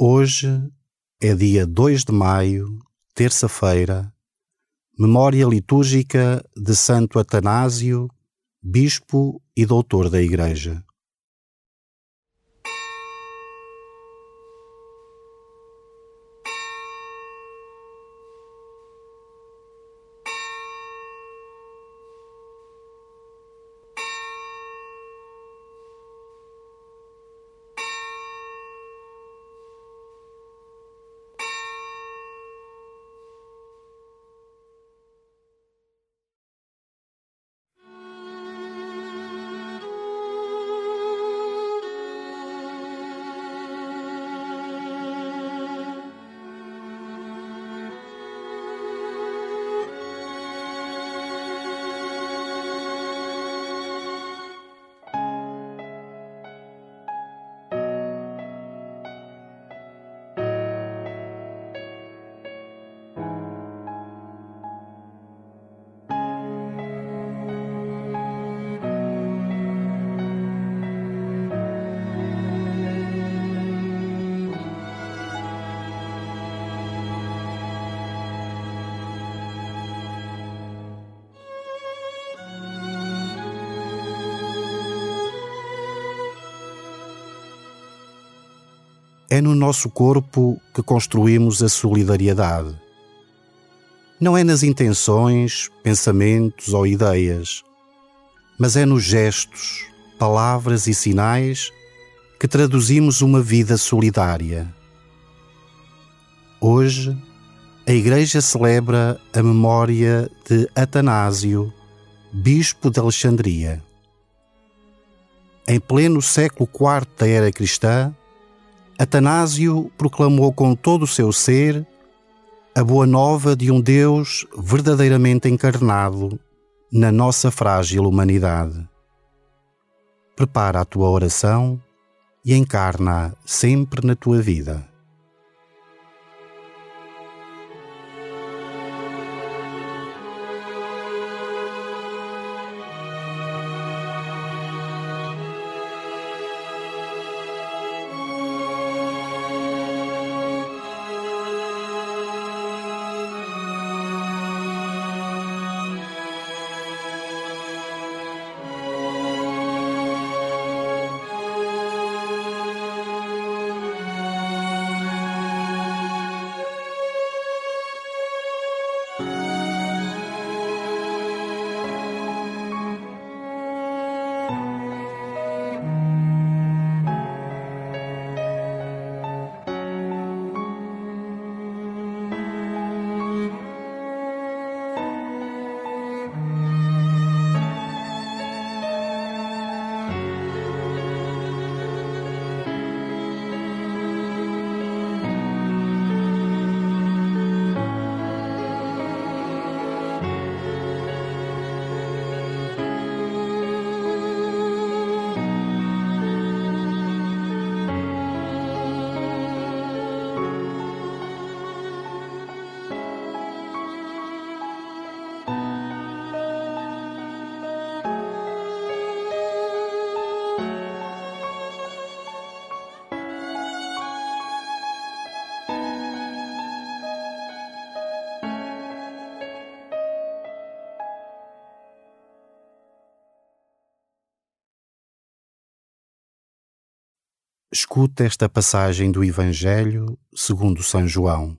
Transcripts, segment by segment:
Hoje é dia 2 de maio, terça-feira, memória litúrgica de Santo Atanásio, bispo e doutor da Igreja. É no nosso corpo que construímos a solidariedade. Não é nas intenções, pensamentos ou ideias, mas é nos gestos, palavras e sinais que traduzimos uma vida solidária. Hoje, a Igreja celebra a memória de Atanásio, bispo de Alexandria. Em pleno século IV da era cristã, Atanásio proclamou com todo o seu ser a boa nova de um Deus verdadeiramente encarnado na nossa frágil humanidade. Prepara a tua oração e encarna-a sempre na tua vida. Escuta esta passagem do Evangelho segundo São João.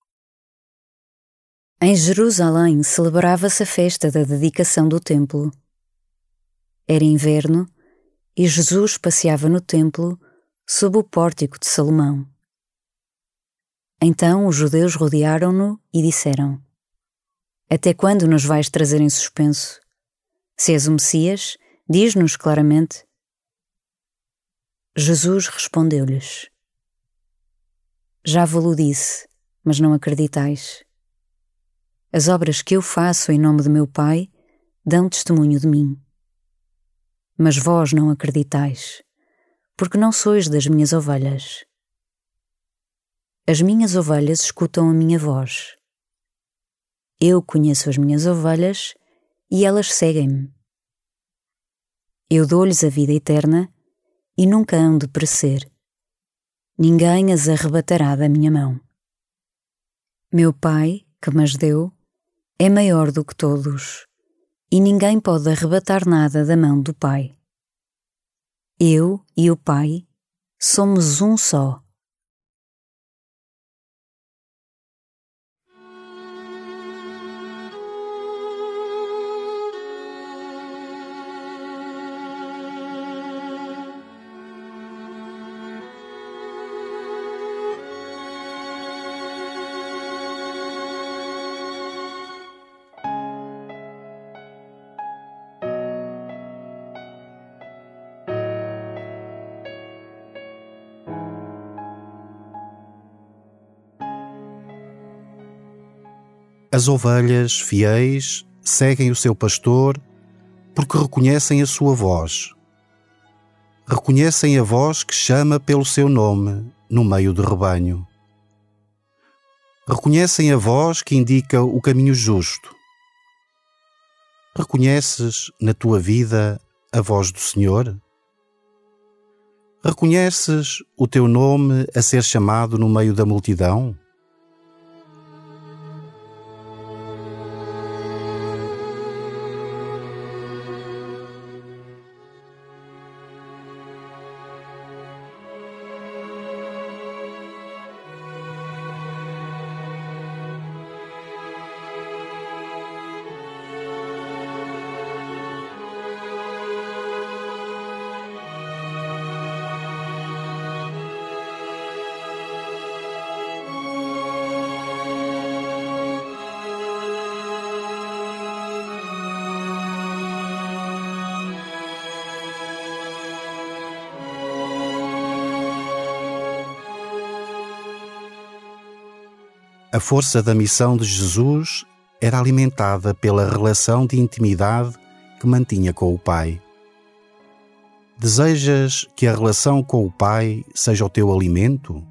Em Jerusalém celebrava-se a festa da dedicação do templo. Era inverno e Jesus passeava no templo sob o pórtico de Salomão. Então os judeus rodearam-no e disseram: Até quando nos vais trazer em suspenso? Se és o Messias, diz-nos claramente. Jesus respondeu-lhes: Já vos-lo disse, mas não acreditais. As obras que eu faço em nome de meu Pai dão testemunho de mim. Mas vós não acreditais, porque não sois das minhas ovelhas. As minhas ovelhas escutam a minha voz. Eu conheço as minhas ovelhas e elas seguem-me. Eu dou-lhes a vida eterna e nunca hão de perecer, ninguém as arrebatará da minha mão. Meu Pai, que mas deu, é maior do que todos, e ninguém pode arrebatar nada da mão do Pai. Eu e o Pai somos um só. As ovelhas fiéis seguem o seu pastor porque reconhecem a sua voz. Reconhecem a voz que chama pelo seu nome no meio do rebanho. Reconhecem a voz que indica o caminho justo. Reconheces na tua vida a voz do Senhor? Reconheces o teu nome a ser chamado no meio da multidão? A força da missão de Jesus era alimentada pela relação de intimidade que mantinha com o Pai. Desejas que a relação com o Pai seja o teu alimento?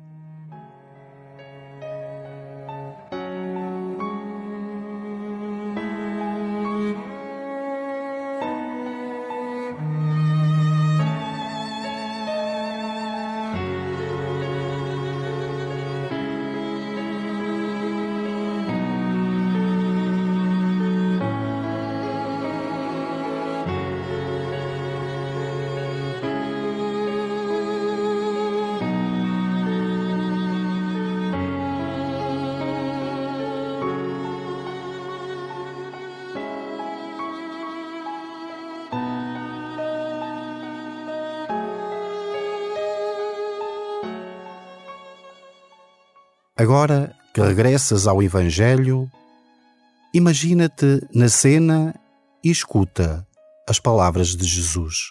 Agora que regressas ao Evangelho, imagina-te na cena e escuta as palavras de Jesus.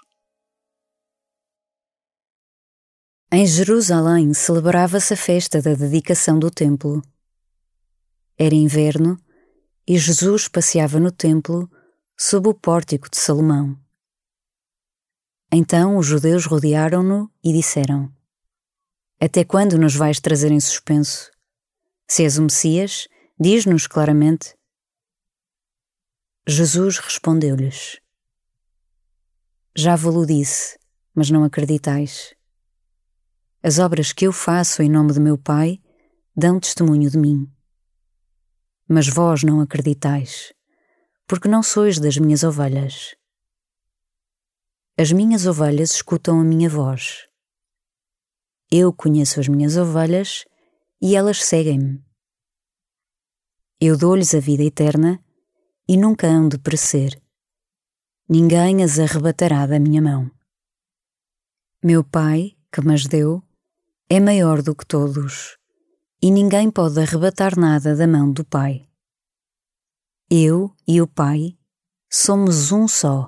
Em Jerusalém celebrava-se a festa da dedicação do templo. Era inverno e Jesus passeava no templo sob o pórtico de Salomão. Então os judeus rodearam-no e disseram: Até quando nos vais trazer em suspenso? Se és o Messias, diz-nos claramente. Jesus respondeu-lhes: Já vos-lo disse, mas não acreditais. As obras que eu faço em nome de meu Pai dão testemunho de mim. Mas vós não acreditais, porque não sois das minhas ovelhas. As minhas ovelhas escutam a minha voz. Eu conheço as minhas ovelhas e elas seguem-me. Eu dou-lhes a vida eterna e nunca hão de perecer. Ninguém as arrebatará da minha mão. Meu Pai, que mas deu, é maior do que todos, e ninguém pode arrebatar nada da mão do Pai. Eu e o Pai somos um só.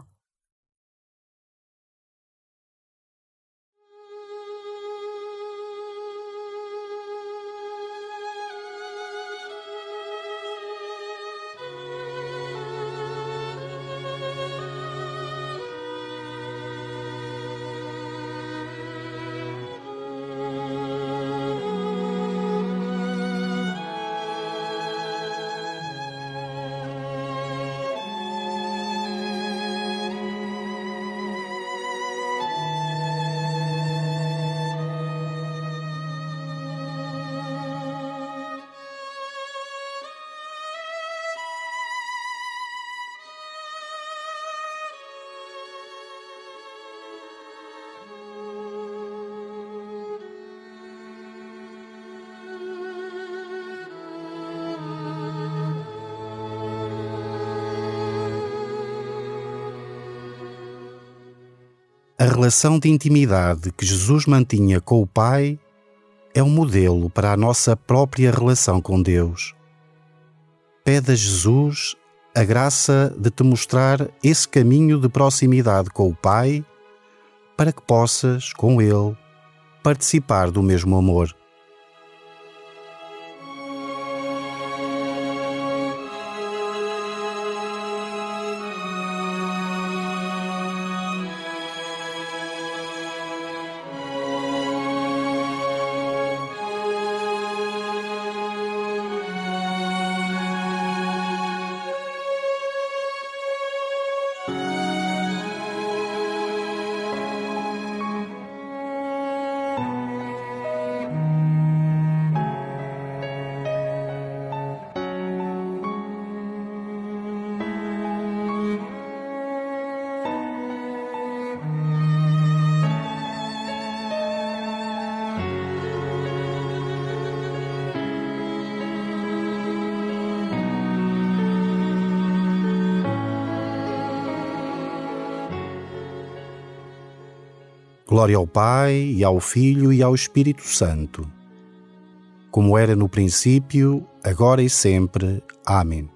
relação de intimidade que Jesus mantinha com o Pai é um modelo para a nossa própria relação com Deus. Pede a Jesus a graça de te mostrar esse caminho de proximidade com o Pai, para que possas, com Ele, participar do mesmo amor. Glória ao Pai, e ao Filho, e ao Espírito Santo, como era no princípio, agora e sempre. Amém.